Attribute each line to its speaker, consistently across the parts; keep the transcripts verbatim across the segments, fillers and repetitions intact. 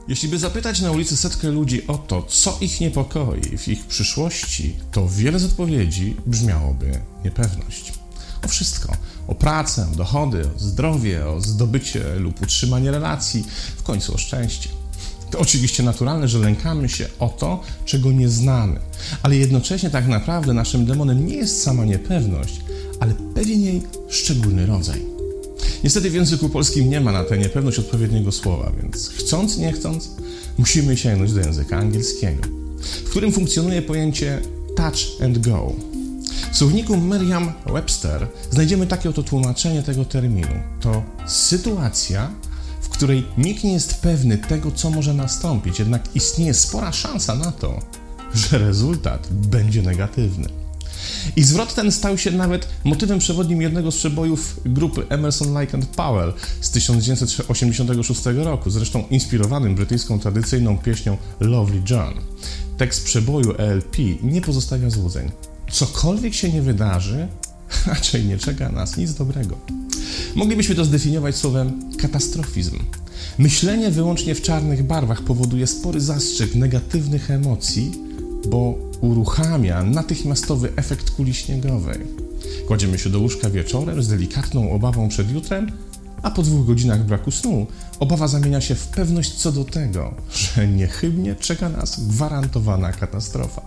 Speaker 1: Jeśli by zapytać na ulicy setkę ludzi o to, co ich niepokoi w ich przyszłości, to wiele z odpowiedzi brzmiałoby niepewność. O wszystko. O pracę, o dochody, o zdrowie, o zdobycie lub utrzymanie relacji, w końcu o szczęście. To oczywiście naturalne, że lękamy się o to, czego nie znamy, ale jednocześnie tak naprawdę naszym demonem nie jest sama niepewność, ale pewien jej szczególny rodzaj. Niestety w języku polskim nie ma na tę niepewność odpowiedniego słowa, więc chcąc, nie chcąc, musimy sięgnąć do języka angielskiego, w którym funkcjonuje pojęcie touch and go. W słowniku Merriam-Webster znajdziemy takie oto tłumaczenie tego terminu. To sytuacja, w której nikt nie jest pewny tego, co może nastąpić, jednak istnieje spora szansa na to, że rezultat będzie negatywny. I zwrot ten stał się nawet motywem przewodnim jednego z przebojów grupy Emerson, Lake and Powell z tysiąc dziewięćset osiemdziesiątego szóstego roku, zresztą inspirowanym brytyjską tradycyjną pieśnią Lovely John. Tekst przeboju E L P nie pozostawia złudzeń. Cokolwiek się nie wydarzy, raczej nie czeka nas nic dobrego. Moglibyśmy to zdefiniować słowem katastrofizm. Myślenie wyłącznie w czarnych barwach powoduje spory zastrzyk negatywnych emocji, bo uruchamia natychmiastowy efekt kuli śniegowej. Kładziemy się do łóżka wieczorem z delikatną obawą przed jutrem, a po dwóch godzinach braku snu obawa zamienia się w pewność co do tego, że niechybnie czeka nas gwarantowana katastrofa.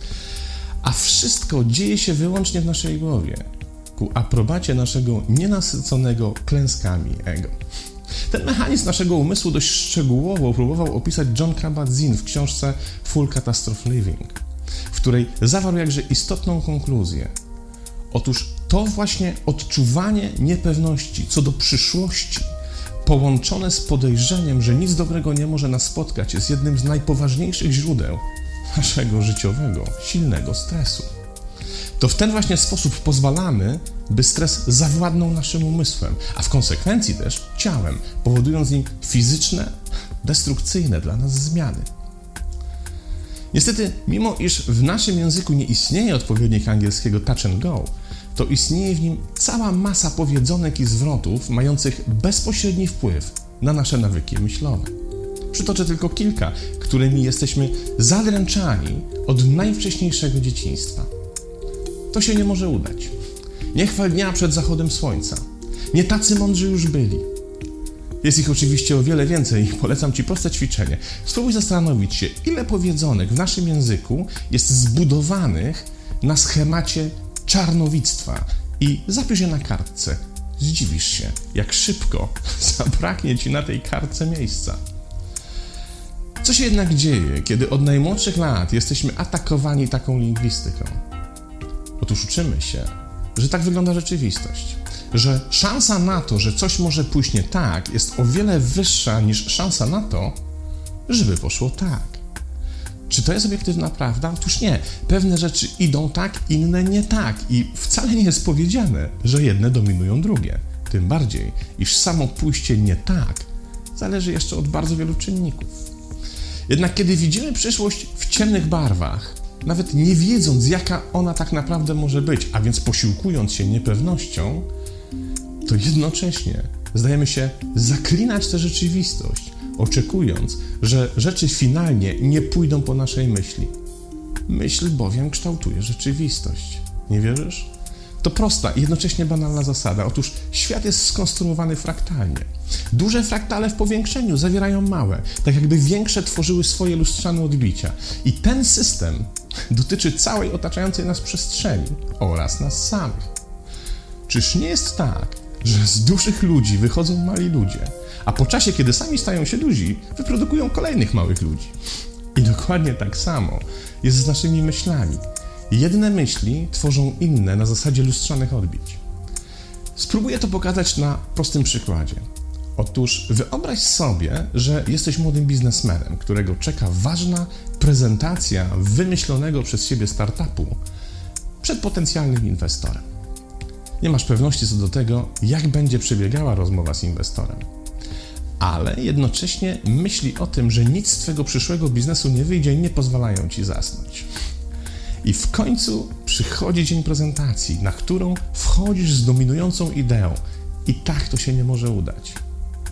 Speaker 1: A wszystko dzieje się wyłącznie w naszej głowie, ku aprobacie naszego nienasyconego klęskami ego. Ten mechanizm naszego umysłu dość szczegółowo próbował opisać Jon Kabat-Zinn w książce Full Catastrophe Living, w której zawarł jakże istotną konkluzję. Otóż to właśnie odczuwanie niepewności co do przyszłości, połączone z podejrzeniem, że nic dobrego nie może nas spotkać, jest jednym z najpoważniejszych źródeł naszego życiowego, silnego stresu. To w ten właśnie sposób pozwalamy, by stres zawładnął naszym umysłem, a w konsekwencji też ciałem, powodując nim fizyczne, destrukcyjne dla nas zmiany. Niestety, mimo iż w naszym języku nie istnieje odpowiednik angielskiego touch and go, to istnieje w nim cała masa powiedzonek i zwrotów mających bezpośredni wpływ na nasze nawyki myślowe. Przytoczę tylko kilka, którymi jesteśmy zadręczani od najwcześniejszego dzieciństwa. To się nie może udać. Nie chwal dnia przed zachodem słońca. Nie tacy mądrzy już byli. Jest ich oczywiście o wiele więcej i polecam Ci proste ćwiczenie. Spróbuj zastanowić się, ile powiedzonek w naszym języku jest zbudowanych na schemacie czarnowictwa i zapisz je na kartce. Zdziwisz się, jak szybko zabraknie Ci na tej kartce miejsca. Co się jednak dzieje, kiedy od najmłodszych lat jesteśmy atakowani taką lingwistyką? Otóż uczymy się, że tak wygląda rzeczywistość, że szansa na to, że coś może pójść nie tak, jest o wiele wyższa niż szansa na to, żeby poszło tak. Czy to jest obiektywna prawda? Otóż nie. Pewne rzeczy idą tak, inne nie tak i wcale nie jest powiedziane, że jedne dominują drugie. Tym bardziej, iż samo pójście nie tak zależy jeszcze od bardzo wielu czynników. Jednak kiedy widzimy przyszłość w ciemnych barwach, nawet nie wiedząc, jaka ona tak naprawdę może być, a więc posiłkując się niepewnością, to jednocześnie zdajemy się zaklinać tę rzeczywistość, oczekując, że rzeczy finalnie nie pójdą po naszej myśli. Myśl bowiem kształtuje rzeczywistość. Nie wierzysz? To prosta i jednocześnie banalna zasada. Otóż świat jest skonstruowany fraktalnie. Duże fraktale w powiększeniu zawierają małe, tak jakby większe tworzyły swoje lustrzane odbicia. I ten system dotyczy całej otaczającej nas przestrzeni oraz nas samych. Czyż nie jest tak, że z dużych ludzi wychodzą mali ludzie, a po czasie, kiedy sami stają się duzi, wyprodukują kolejnych małych ludzi? I dokładnie tak samo jest z naszymi myślami. Jedne myśli tworzą inne na zasadzie lustrzanych odbić. Spróbuję to pokazać na prostym przykładzie. Otóż wyobraź sobie, że jesteś młodym biznesmenem, którego czeka ważna prezentacja wymyślonego przez siebie startupu przed potencjalnym inwestorem. Nie masz pewności co do tego, jak będzie przebiegała rozmowa z inwestorem. Ale jednocześnie myśli o tym, że nic z twojego przyszłego biznesu nie wyjdzie, nie pozwalają ci zasnąć. I w końcu przychodzi dzień prezentacji, na którą wchodzisz z dominującą ideą i tak to się nie może udać.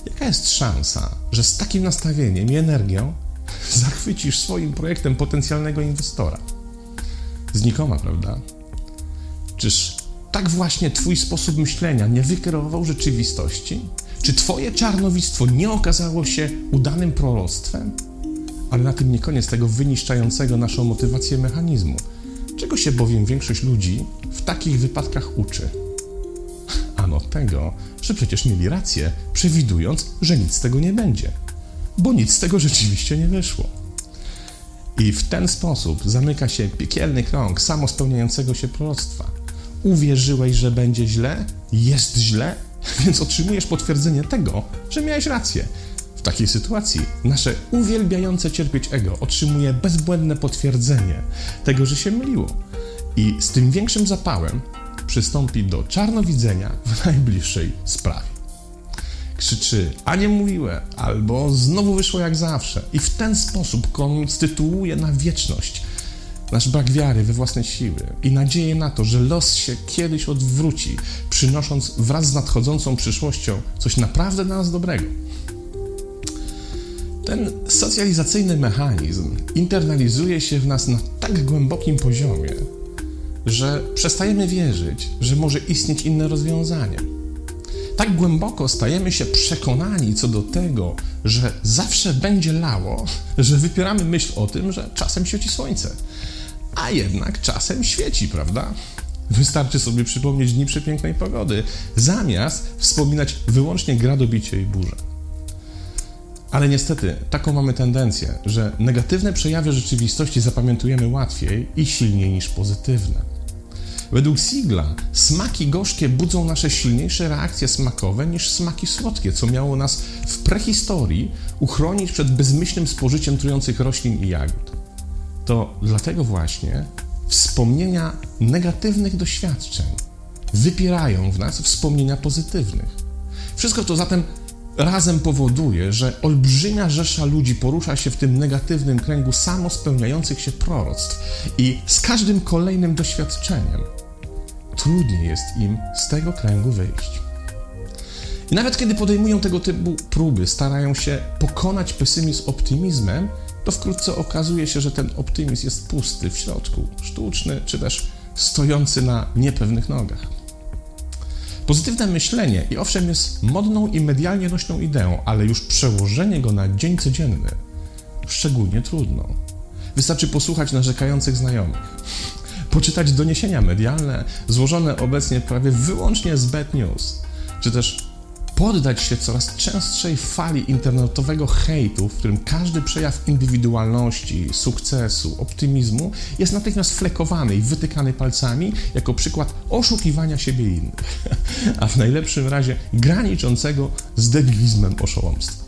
Speaker 1: Jaka jest szansa, że z takim nastawieniem i energią zachwycisz swoim projektem potencjalnego inwestora? Znikoma, prawda? Czyż tak właśnie twój sposób myślenia nie wykreował rzeczywistości? Czy twoje czarnowictwo nie okazało się udanym proroctwem? Ale na tym nie koniec tego wyniszczającego naszą motywację mechanizmu. Czego się bowiem większość ludzi w takich wypadkach uczy? Ano tego, że przecież mieli rację, przewidując, że nic z tego nie będzie. Bo nic z tego rzeczywiście nie wyszło. I w ten sposób zamyka się piekielny krąg samospełniającego się proroctwa. Uwierzyłeś, że będzie źle? Jest źle? Więc otrzymujesz potwierdzenie tego, że miałeś rację. W takiej sytuacji nasze uwielbiające cierpieć ego otrzymuje bezbłędne potwierdzenie tego, że się myliło. I z tym większym zapałem przystąpi do czarnowidzenia w najbliższej sprawie. Krzyczy, a nie mówiłem, albo znowu wyszło jak zawsze. I w ten sposób konstytuuje na wieczność nasz brak wiary we własne siły i nadzieję na to, że los się kiedyś odwróci, przynosząc wraz z nadchodzącą przyszłością coś naprawdę dla nas dobrego. Ten socjalizacyjny mechanizm internalizuje się w nas na tak głębokim poziomie, że przestajemy wierzyć, że może istnieć inne rozwiązanie. Tak głęboko stajemy się przekonani co do tego, że zawsze będzie lało, że wypieramy myśl o tym, że czasem świeci słońce. A jednak czasem świeci, prawda? Wystarczy sobie przypomnieć dni przepięknej pogody, zamiast wspominać wyłącznie gradobicie i burzę. Ale niestety, taką mamy tendencję, że negatywne przejawy rzeczywistości zapamiętujemy łatwiej i silniej niż pozytywne. Według Siegla smaki gorzkie budzą nasze silniejsze reakcje smakowe niż smaki słodkie, co miało nas w prehistorii uchronić przed bezmyślnym spożyciem trujących roślin i jagód. To dlatego właśnie wspomnienia negatywnych doświadczeń wypierają w nas wspomnienia pozytywnych. Wszystko to zatem razem powoduje, że olbrzymia rzesza ludzi porusza się w tym negatywnym kręgu samospełniających się proroctw i z każdym kolejnym doświadczeniem trudniej jest im z tego kręgu wyjść. I nawet kiedy podejmują tego typu próby, starają się pokonać pesymizm optymizmem, to wkrótce okazuje się, że ten optymizm jest pusty w środku, sztuczny, czy też stojący na niepewnych nogach. Pozytywne myślenie, i owszem, jest modną i medialnie nośną ideą, ale już przełożenie go na dzień codzienny szczególnie trudno. Wystarczy posłuchać narzekających znajomych, poczytać doniesienia medialne złożone obecnie prawie wyłącznie z bad news, czy też poddać się coraz częstszej fali internetowego hejtu, w którym każdy przejaw indywidualności, sukcesu, optymizmu jest natychmiast flekowany i wytykany palcami jako przykład oszukiwania siebie i innych, a w najlepszym razie graniczącego z debilizmem oszołomstwa.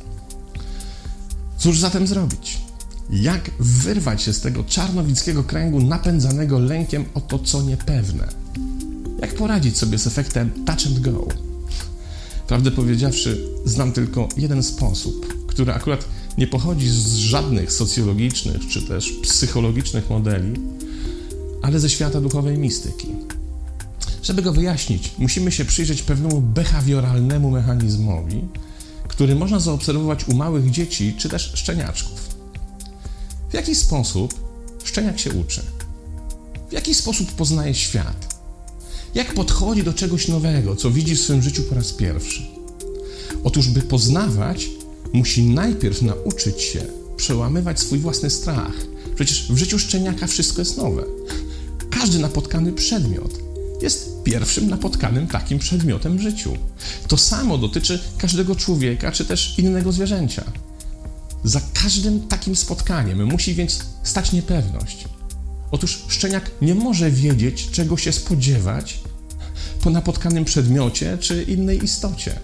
Speaker 1: Cóż zatem zrobić? Jak wyrwać się z tego czarnowickiego kręgu napędzanego lękiem o to, co niepewne? Jak poradzić sobie z efektem touch and go? Prawdę powiedziawszy, znam tylko jeden sposób, który akurat nie pochodzi z żadnych socjologicznych czy też psychologicznych modeli, ale ze świata duchowej mistyki. Żeby go wyjaśnić, musimy się przyjrzeć pewnemu behawioralnemu mechanizmowi, który można zaobserwować u małych dzieci czy też szczeniaczków. W jaki sposób szczeniak się uczy? W jaki sposób poznaje świat? Jak podchodzi do czegoś nowego, co widzi w swoim życiu po raz pierwszy? Otóż, by poznawać, musi najpierw nauczyć się przełamywać swój własny strach. Przecież w życiu szczeniaka wszystko jest nowe. Każdy napotkany przedmiot jest pierwszym napotkanym takim przedmiotem w życiu. To samo dotyczy każdego człowieka czy też innego zwierzęcia. Za każdym takim spotkaniem musi więc stać niepewność. Otóż szczeniak nie może wiedzieć, czego się spodziewać po napotkanym przedmiocie czy innej istocie.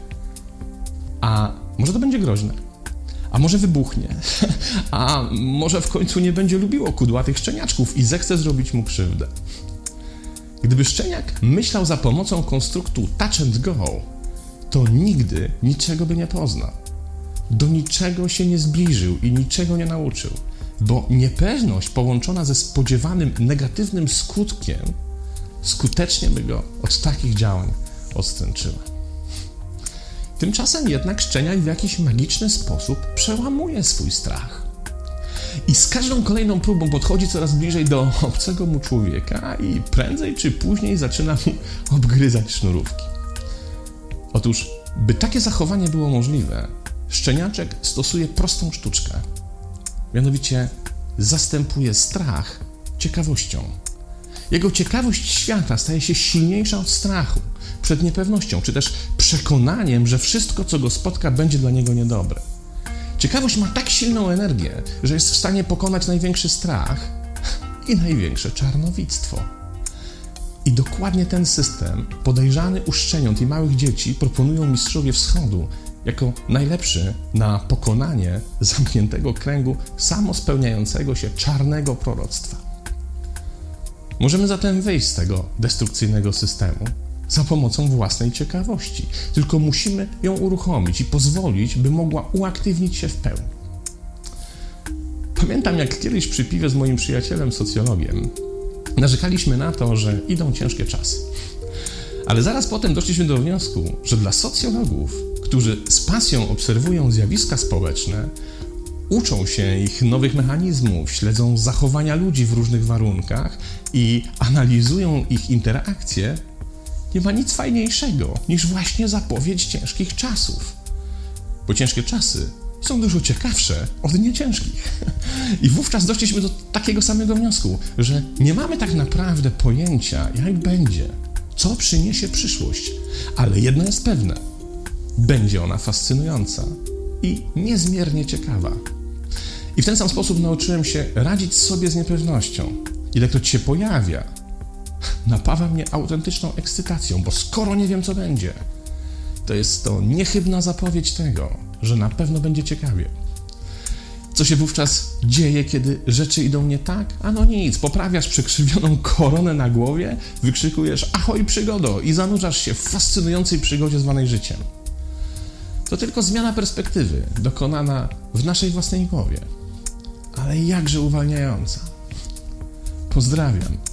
Speaker 1: A może to będzie groźne, a może wybuchnie, a może w końcu nie będzie lubiło kudłatych szczeniaczków i zechce zrobić mu krzywdę. Gdyby szczeniak myślał za pomocą konstruktu touch and go, to nigdy niczego by nie poznał. Do niczego się nie zbliżył i niczego nie nauczył, bo niepewność połączona ze spodziewanym negatywnym skutkiem skutecznie by go od takich działań odstręczyła. Tymczasem jednak szczeniak w jakiś magiczny sposób przełamuje swój strach. I z każdą kolejną próbą podchodzi coraz bliżej do obcego mu człowieka i prędzej czy później zaczyna mu obgryzać sznurówki. Otóż, by takie zachowanie było możliwe, szczeniaczek stosuje prostą sztuczkę. Mianowicie zastępuje strach ciekawością. Jego ciekawość świata staje się silniejsza od strachu, przed niepewnością, czy też przekonaniem, że wszystko, co go spotka, będzie dla niego niedobre. Ciekawość ma tak silną energię, że jest w stanie pokonać największy strach i największe czarnowictwo. I dokładnie ten system, podejrzany u szczeniąt i małych dzieci, proponują mistrzowie wschodu jako najlepszy na pokonanie zamkniętego kręgu samospełniającego się czarnego proroctwa. Możemy zatem wyjść z tego destrukcyjnego systemu za pomocą własnej ciekawości, tylko musimy ją uruchomić i pozwolić, by mogła uaktywnić się w pełni. Pamiętam, jak kiedyś przy piwie z moim przyjacielem socjologiem narzekaliśmy na to, że idą ciężkie czasy. Ale zaraz potem doszliśmy do wniosku, że dla socjologów, którzy z pasją obserwują zjawiska społeczne, uczą się ich nowych mechanizmów, śledzą zachowania ludzi w różnych warunkach i analizują ich interakcje, nie ma nic fajniejszego niż właśnie zapowiedź ciężkich czasów. Bo ciężkie czasy są dużo ciekawsze od nieciężkich. I wówczas doszliśmy do takiego samego wniosku, że nie mamy tak naprawdę pojęcia, jak będzie, co przyniesie przyszłość, ale jedno jest pewne: będzie ona fascynująca i niezmiernie ciekawa. I w ten sam sposób nauczyłem się radzić sobie z niepewnością. Ilekroć się pojawia, napawa mnie autentyczną ekscytacją, bo skoro nie wiem, co będzie, to jest to niechybna zapowiedź tego, że na pewno będzie ciekawie. Co się wówczas dzieje, kiedy rzeczy idą nie tak? Ano nic, poprawiasz przekrzywioną koronę na głowie, wykrzykujesz ahoj przygodo i zanurzasz się w fascynującej przygodzie zwanej życiem. To tylko zmiana perspektywy, dokonana w naszej własnej głowie, ale jakże uwalniająca. Pozdrawiam.